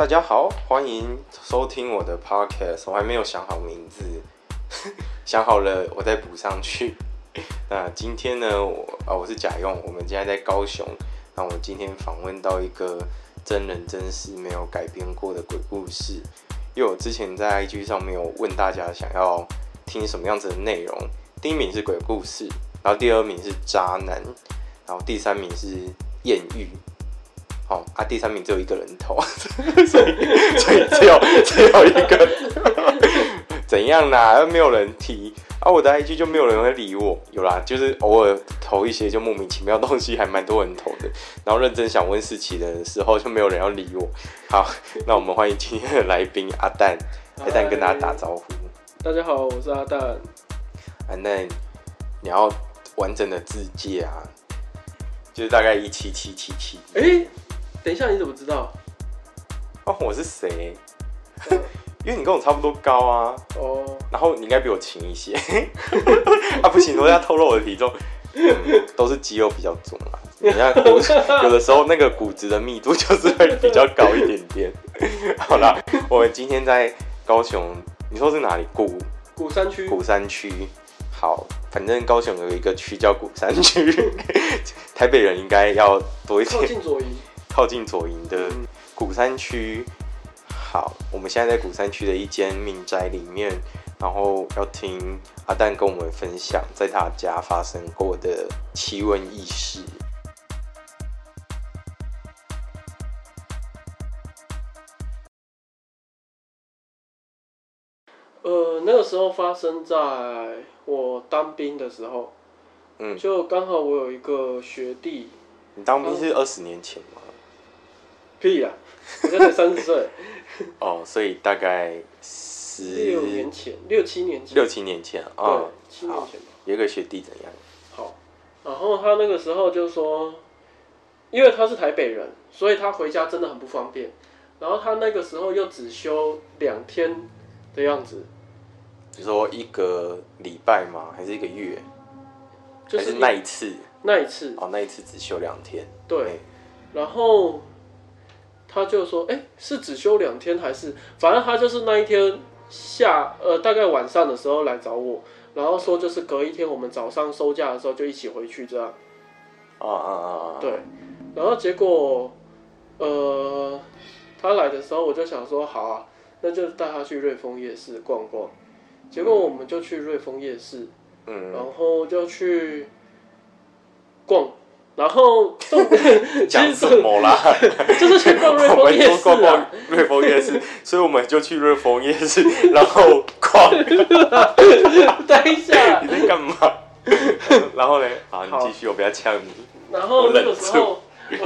大家好，欢迎收听我的 podcast。我还没有想好名字，想好了我再补上去。那今天呢，我是贾用，我们现在在高雄。那我今天访问到一个真人真事没有改编过的鬼故事。因为我之前在 IG 上面有问大家想要听什么样子的内容，第一名是鬼故事，然后第二名是渣男，然后第三名是艳遇。第三名只有一个人投，所以只有一个，怎样啦？没有人提我的 IG 就没有人会理我。有啦，就是偶尔投一些就莫名其妙的东西，还蛮多人投的。然后认真想问事情的时候，就没有人要理我。好，那我们欢迎今天的来宾阿蛋，阿蛋跟大家打招呼。 大家好，我是阿蛋。 阿蛋，你要完整的自介啊，就是大概17777。 等一下，你怎么知道？ 我是谁？因为你跟我差不多高啊。然后你应该比我轻一些。不行，我要透露我的体重。都是肌肉比较重嘛。你看有的时候那个骨质的密度就是会比较高一点点。好啦，我们今天在高雄，你说是哪里？ 鼓山区。 鼓山区。好，反正高雄有一个区叫鼓山区。台北人应该要多一点。靠近左营的鼓山区。好，我们现在在鼓山区的一间民宅里面，然后要听阿蛋跟我们分享在他家发生过的奇闻异事。 那个时候发生在我当兵的时候，就刚好我有一个学弟。 你当兵是20年前吗？ 屁啦，我现在才30岁。 所以大概 6年前，6、7年前。 6、7年前对，7年前吧。 有一个学弟怎样？ 好，然后他那个时候就说，因为他是台北人，所以他回家真的很不方便。然后他那个时候又只休2天的样子。 你说1个礼拜吗？还是1个月？ 就是还是那一次？ 那一次。 那一次只休2天。 对，然后他就说，是只休2天还是？反正他就是那一天大概晚上的时候来找我，然后说就是隔一天我们早上收假的时候就一起回去这样。对，然后结果他来的时候我就想说好啊，那就带他去瑞丰夜市逛逛。结果我们就去瑞丰夜市，然后就去逛。然后讲什么啦？ 就是去逛瑞丰夜市逛瑞丰夜市，所以我们就去瑞丰夜市，然后逛。 等一下， 你在干嘛？然后呢？好，你继续，我不要呛你。 然后那个时候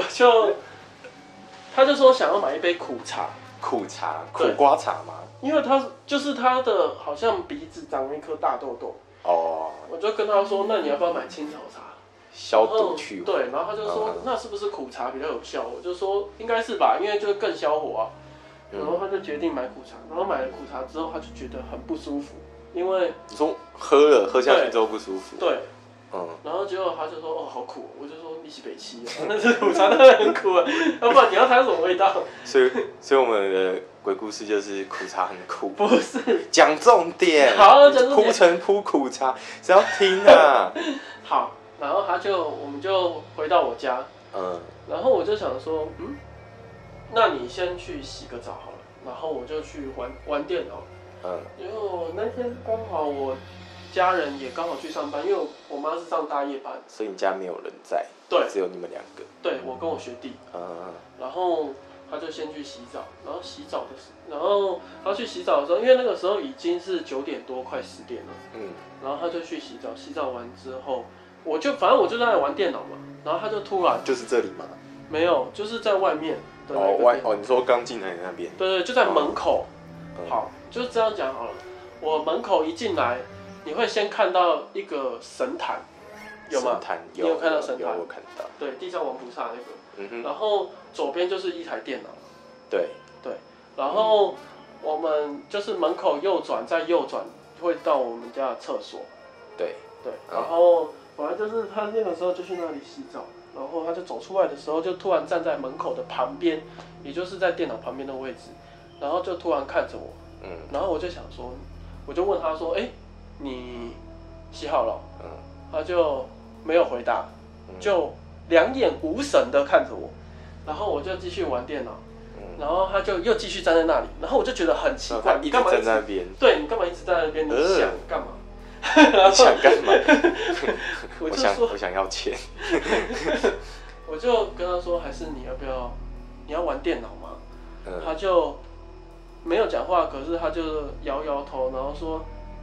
他就说想要买一杯苦茶。 苦瓜茶吗？ 因为他的好像鼻子长了一颗大痘痘。我就跟他说，那你要不要买青草茶？ 消毒去火。 对，然后他就说，那是不是苦茶比较有效？我就说应该是吧，因为就更消火啊。然后他就决定买苦茶，然后买了苦茶之后，他就觉得很不舒服，因为你说喝下去之后不舒服。 对。然后结果他就说好苦，我就说你是北七那这苦茶当然很苦啊，要不然你要它什么味道？所以我们的鬼故事就是苦茶很苦。 不是， 讲重点。 好，讲重点。 铺陈铺苦茶，谁要听啊？ 好，然后我们就回到我家，然后我就想说，那你先去洗个澡好了，然后我就去玩电脑，因为我那天刚好我家人也刚好去上班，因为我妈是上大夜班， 所以你家没有人在， 对， 只有你们2个。 对，我跟我学弟，然后他就先去洗澡，然后他去洗澡的时候，因为那个时候已经是9点多，快10点了，然后他就去洗澡，洗澡完之后，反正我就在那里玩电脑嘛，然后他就突然就是这里吗？ 没有，就是在外面的你说刚进来的那边？ 对，就在门口。好，就是这样讲好了。我门口一进来，你会先看到一个神坛，有吗？你有看到神坛？ 有，我看到。 对，地藏王菩萨那个。然后左边就是一台电脑。对。然后我们就是门口右转，再右转会到我们家的厕所。对。然后本来就是他那个时候就去那里洗澡， 然后他就走出来的时候，就突然站在门口的旁边，也就是在电脑旁边的位置，然后就突然看着我，然后我就想说，我就问他说，哎，你洗好了？他就没有回答，就两眼无神的看着我，然后我就继续玩电脑。然后他就又继续站在那里，然后我就觉得很奇怪， 你干嘛一直站在那边？ 对，你干嘛一直站在那边？你想干嘛？ 你想干嘛？ 我想要钱。 我就跟他说，还是你要玩电脑吗？他就没有讲话，可是他就摇摇头，然后说，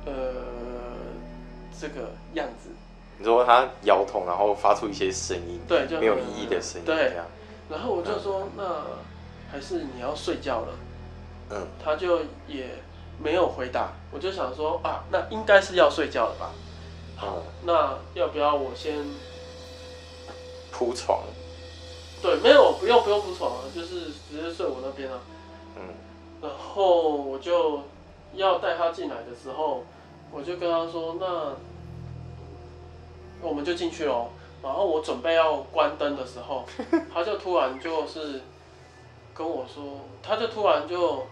这个样子。 你说他摇头，然后发出一些声音， 对，就没有意义的声音， 对。然后我就说，那还是你要睡觉了。他就也没有回答，我就想说啊，那应该是要睡觉了吧。好，那要不要我先铺床？ 对，没有，不用铺床啊，就是直接睡我那边啊。然后我就要带他进来的时候，我就跟他说，那我们就进去咯。然后我准备要关灯的时候，他就突然就是跟我说，他就突然就，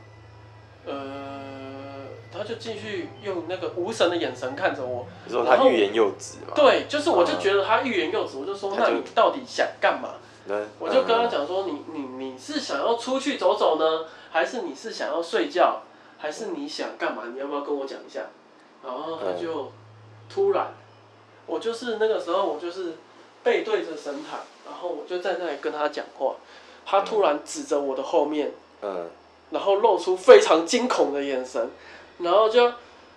他就继续用那个无神的眼神看着我。 你说他欲言又止嘛？ 对，就是我就觉得他欲言又止，我就说，那你到底想干嘛？我就跟他讲说，你是想要出去走走呢，还是你是想要睡觉，还是你想干嘛？你要不要跟我讲一下？然后他就突然，我就是那个时候我就是背对着神坛，然后我就在那里跟他讲话，他突然指着我的后面，然后露出非常惊恐的眼神，然后就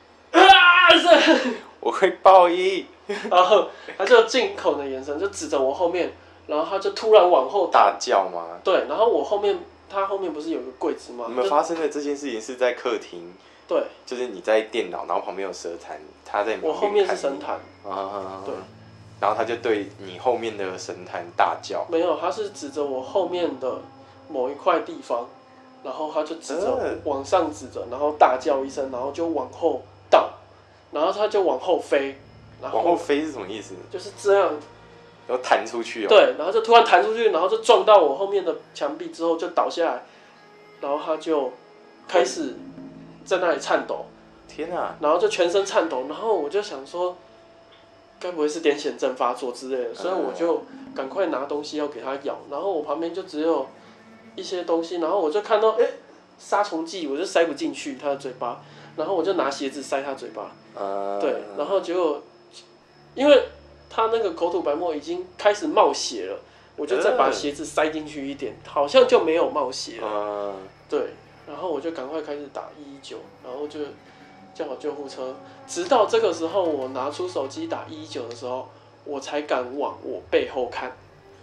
我会报应， 然后他就惊恐的眼神就指着我后面，然后他就突然往后大叫吗？ 对，然后他后面不是有个柜子吗？ 你们发生的这件事情是在客厅， 对， 就是你在电脑，然后旁边有蛇坛，他在你旁边看你， 我后面是神坛， 对，然后他就对你后面的神坛大叫， 没有，他是指着我后面的某一块地方，然后他就指着往上指着，然后大叫一声，然后就往后倒，然后他就往后飞，然后往后飞是什么意思？ 就是这样。 然后弹出去对，然后就突然弹出去，然后就撞到我后面的墙壁之后就倒下来，然后他就开始在那里颤抖， 天啊！ 然后就全身颤抖，然后我就想说，该不会是癫痫症发作之类的，所以我就赶快拿东西要给他咬，然后我旁边就只有一些东西，然后我就看到杀虫剂，我就塞不进去他的嘴巴，然后我就拿鞋子塞他嘴巴，对，然后结果因为他那个口吐白沫已经开始冒血了，我就再把鞋子塞进去一点，好像就没有冒血了。对，然后我就赶快开始打119，然后就叫好救护车。直到这个时候，我拿出手机打119的时候，我才敢往我背后看，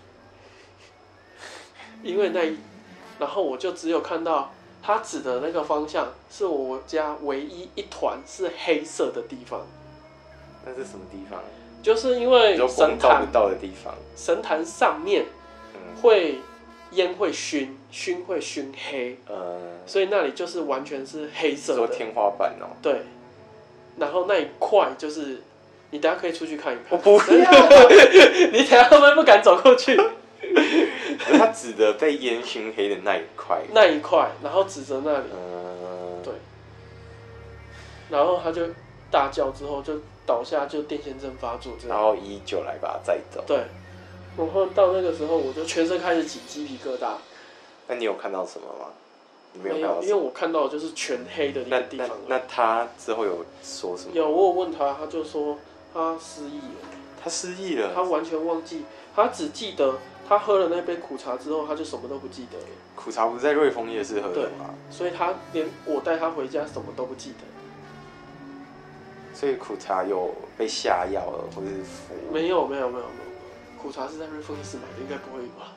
因为然后我就只有看到他指的那个方向是我家唯一一团是黑色的地方。 那是什么地方？ 就是因为神坛不到的地方， 神坛上面会烟会熏会熏黑，所以那里就是完全是黑色的。 说天花板哦。 对，然后那一块就是你等一下可以出去看一看。 我不要， 你等一下会不会不敢走过去？ 他指的被烟熏黑的那一块， 然后指着那里，对，然后他就大叫之后就倒下，就癫痫症发作， 然后119来把他载走。 对，然后到那个时候我就全身开始起鸡皮疙瘩。 那你有看到什么吗？你没有看到什么？ 因为我看到的就是全黑的一个地方。 那他之后有说什么？ 有，我有问他，他就说他失忆了。 他失忆了？ 他完全忘记，他只记得他喝了那杯苦茶之后，他就什么都不记得了。 苦茶不是在瑞丰夜市喝的吗？ 所以他连我带他回家什么都不记得。 所以苦茶有被下药了，或者是服？ 没有，苦茶是在瑞丰夜市买的，应该不会吧？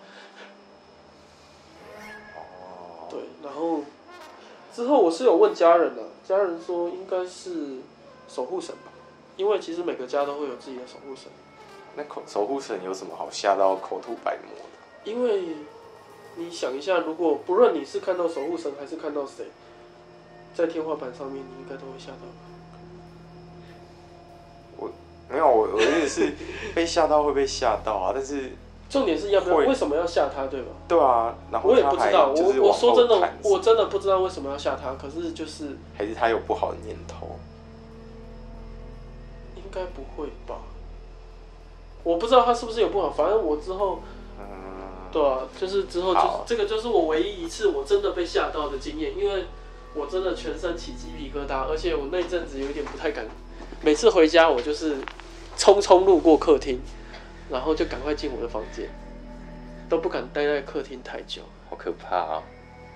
对，然后之后我是有问家人的，家人说应该是守护神吧，因为其实每个家都会有自己的守护神。 那守护神有什么好吓到口吐白沫的？ 因为你想一下，如果不论你是看到守护神还是看到谁，在天花板上面，你应该都会吓到吧？ 没有，我的意思是被吓到会被吓到啊，但是重点是要不要？为什么要吓他，对吧？ 对啊，然后我也不知道，我说真的，我真的不知道为什么要吓他。可是就是还是他有不好的念头， 应该不会吧？我不知道他是不是有不好，反正我之后，对啊，就是之后这个就是我唯一一次我真的被吓到的经验，因为我真的全身起鸡皮疙瘩，而且我那阵子有点不太敢，每次回家我就是匆匆路过客厅，然后就赶快进我的房间，都不敢待在客厅太久， 好可怕啊！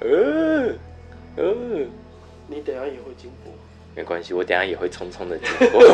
你等一下也会经过， 没关系，我等一下也会匆匆的经过。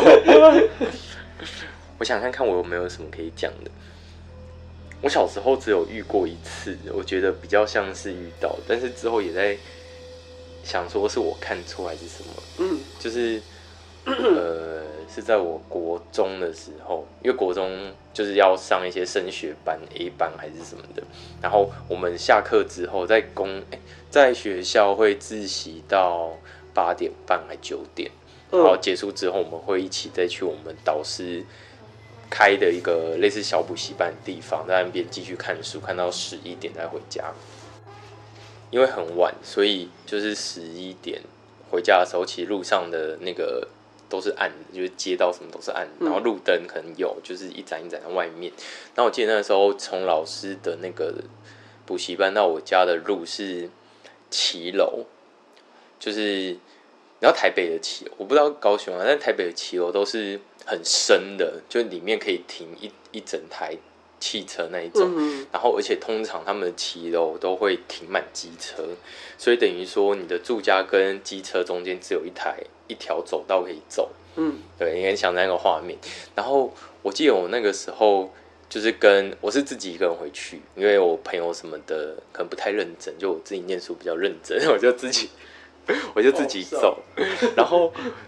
我想看看我有没有什么可以讲的。我小时候只有遇过一次，我觉得比较像是遇到，但是之后也在想说是我看错还是什么。就是是在我国中的时候，因为国中就是要上一些升学班 A 班还是什么的，然后我们下课之后在学校会自习到8点半还9点，然后结束之后我们会一起再去我们导师开的一个类似小补习班的地方，在那边继续看书，看到11点再回家。因为很晚，所以就是11点回家的时候，其实路上的那个都是暗的，就是街道什么都是暗的，然后路灯可能有，就是一盏一盏在外面。然后我记得那个时候从老师的那个补习班到我家的路是骑楼，就是然后台北的骑楼，我不知道高雄啊，但台北的骑楼都是很深的，就里面可以停一整台汽车那一种，然后而且通常他们的骑楼都会停满机车，所以等于说你的住家跟机车中间只有一条走道可以走，对，应该想那个画面。然后我记得我那个时候就是我是自己一个人回去，因为我朋友什么的可能不太认真，就我自己念书比较认真，我就自己走，然后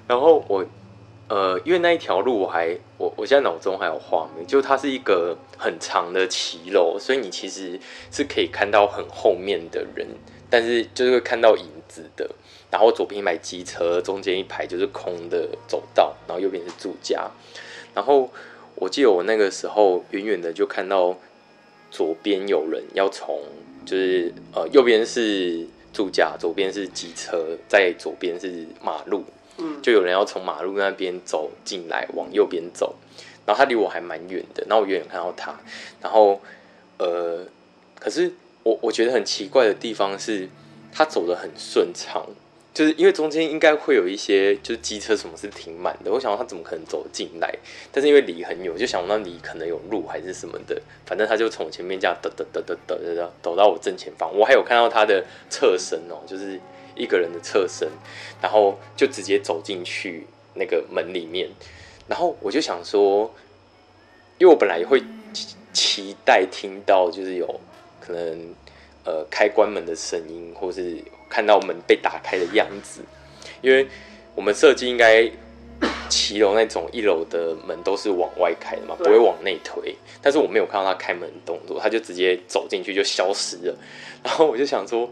因为那一条路我现在脑中还有画面，就它是一个很长的骑楼，所以你其实是可以看到很后面的人，但是就是会看到影子的。然后左边一排机车，中间一排就是空的走道，然后右边是住家。然后我记得我那个时候远远的就看到左边有人要从，就是右边是住家，左边是机车，在左边是马路。就有人要从马路那边走进来，往右边走，然后他离我还蛮远的，然后我远远看到他，然后可是我觉得很奇怪的地方是，他走得很顺畅，就是因为中间应该会有一些就是机车什么是停满的，我想到他怎么可能走进来，但是因为离很远，我就想到离可能有路还是什么的，反正他就从前面这样抖到我正前方，我还有看到他的侧身哦，就是一个人的侧身，然后就直接走进去那个门里面，然后我就想说，因为我本来会期待听到就是有可能开关门的声音，或是看到门被打开的样子，因为我们设计应该骑楼那种1楼的门都是往外开的嘛，不会往内推，但是我没有看到他开门的动作，他就直接走进去就消失了，然后我就想说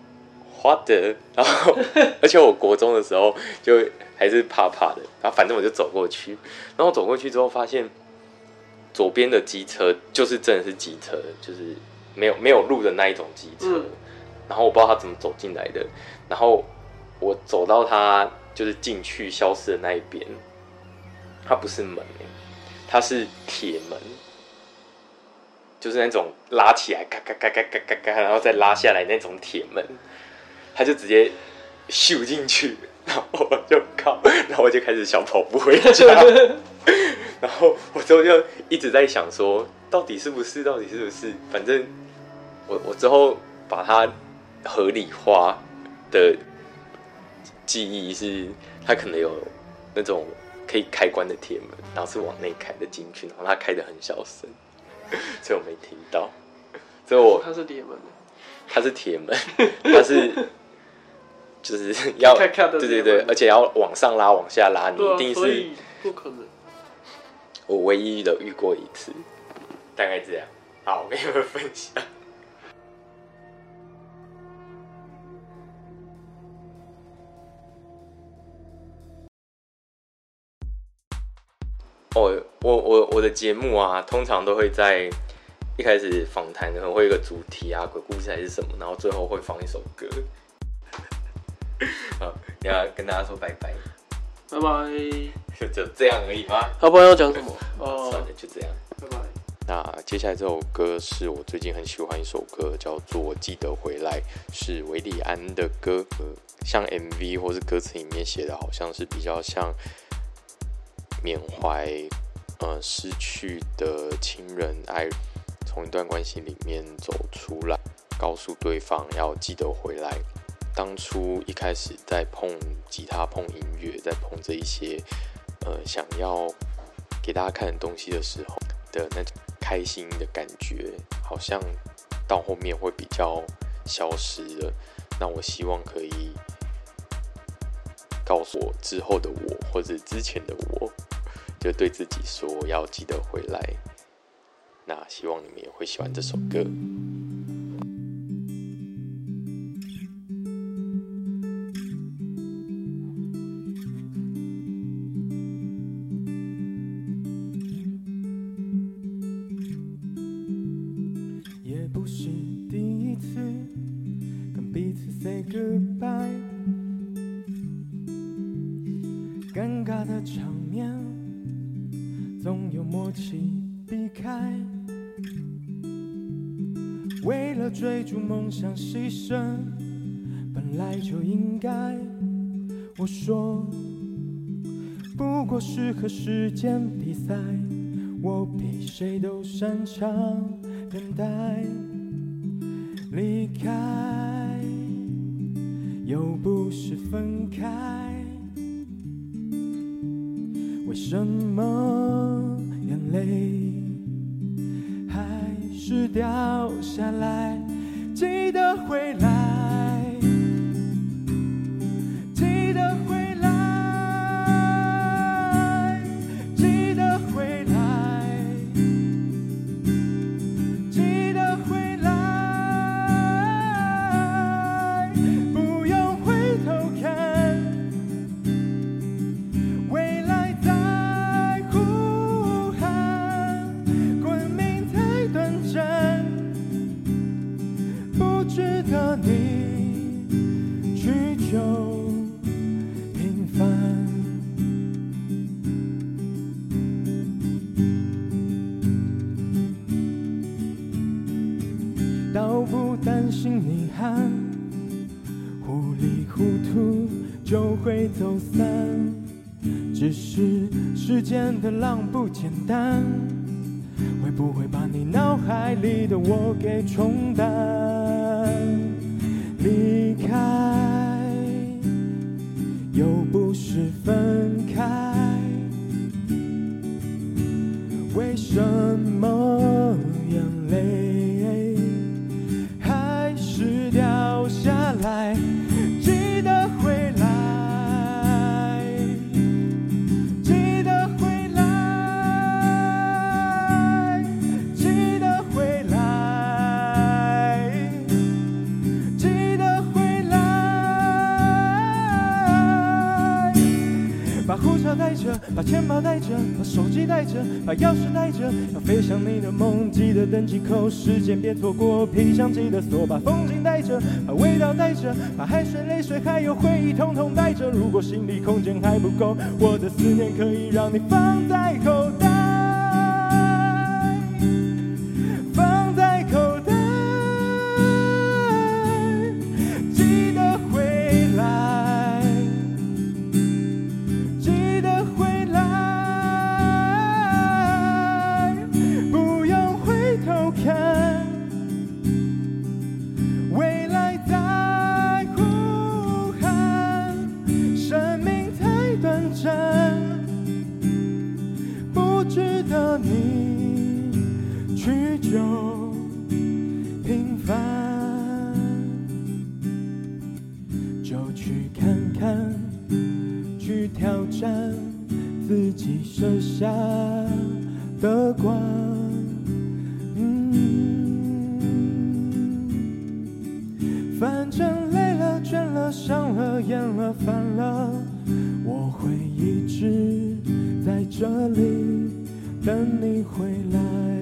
what the， 然后而且我国中的时候就还是怕怕的，然后反正我就走过去，然后走过去之后发现左边的机车就是真的是机车，就是没有路的那一种机车，然后我不知道他怎么走进来的，然后我走到他就是进去消失的那一边，它不是门，它是铁门，就是那种拉起来嘎嘎嘎嘎嘎嘎嘎，然后再拉下来那种铁门。他就直接咻进去，然后我就靠，然后我就开始小跑步回家，然后我之后就一直在想说，到底是不是？反正我之后把它合理化的记忆是，它可能有那种可以开关的铁门，然后是往内开的进去，然后它开得很小声，所以我没听到。所以它是铁门， 它是铁门，它是。就是要对，而且要往上拉、往下拉，你一定是不可能。 我唯一的遇过一次，大概这样。好，我跟你们分享。我的节目啊，通常都会在一开始访谈可能会有一个主题啊，鬼故事还是什么，然后最后会放一首歌。好，你要跟大家说拜拜。 拜拜。 就这样而已吗？ 不然要讲什么？ 算了，就这样。 拜拜。 那接下来这首歌是我最近很喜欢一首歌，叫做《记得回来》，是韦礼安的歌。像 MV 或是歌词里面写的，好像是比较像缅怀失去的亲人爱人，从一段关系里面走出来，告诉对方要记得回来。当初一开始在碰吉他、碰音乐，在碰这一些想要给大家看的东西的时候的那种开心的感觉，好像到后面会比较消失了。那我希望可以告诉我之后的我，或者之前的我，就对自己说要记得回来。那希望你们也会喜欢这首歌。 也不是第一次跟彼此 say goodbye， 尴尬的场面总有默契避开，为了追逐梦想牺牲本来就应该，我说不过是和时间比赛，我比谁都擅长等待，离开又不是分开，为什么眼泪还是掉下来？记得回来，记得回来，记得回来，记得回来，不用回头看，未来在呼喊，光明太短暂，不值得你去就平凡。倒不担心你喊，糊里糊涂就会走散，只是时间的浪不简单，会不会把你脑海里的我给冲淡？离开又不是分开，为什么眼泪还是掉下来？记得回来，记得回来，记得回来，记得回来，把护照带着，把钱包带着，把手机带着，把钥匙带着，要飞向你的梦，记得登机口，时间别错过，皮箱记得锁，把风景带着，把味道带着，把汗水、泪水还有回忆统统带着。如果心里空间还不够，我的思念可以让你放在口袋，放在口袋，记得回来，记得回来，不用回头看，未来在呼喊，生命太短暂，不值得你去就平凡，就去看看，去挑战自己设下的关。反正累了、倦了、伤了、厌了、烦了，我会一直在这里等你回来。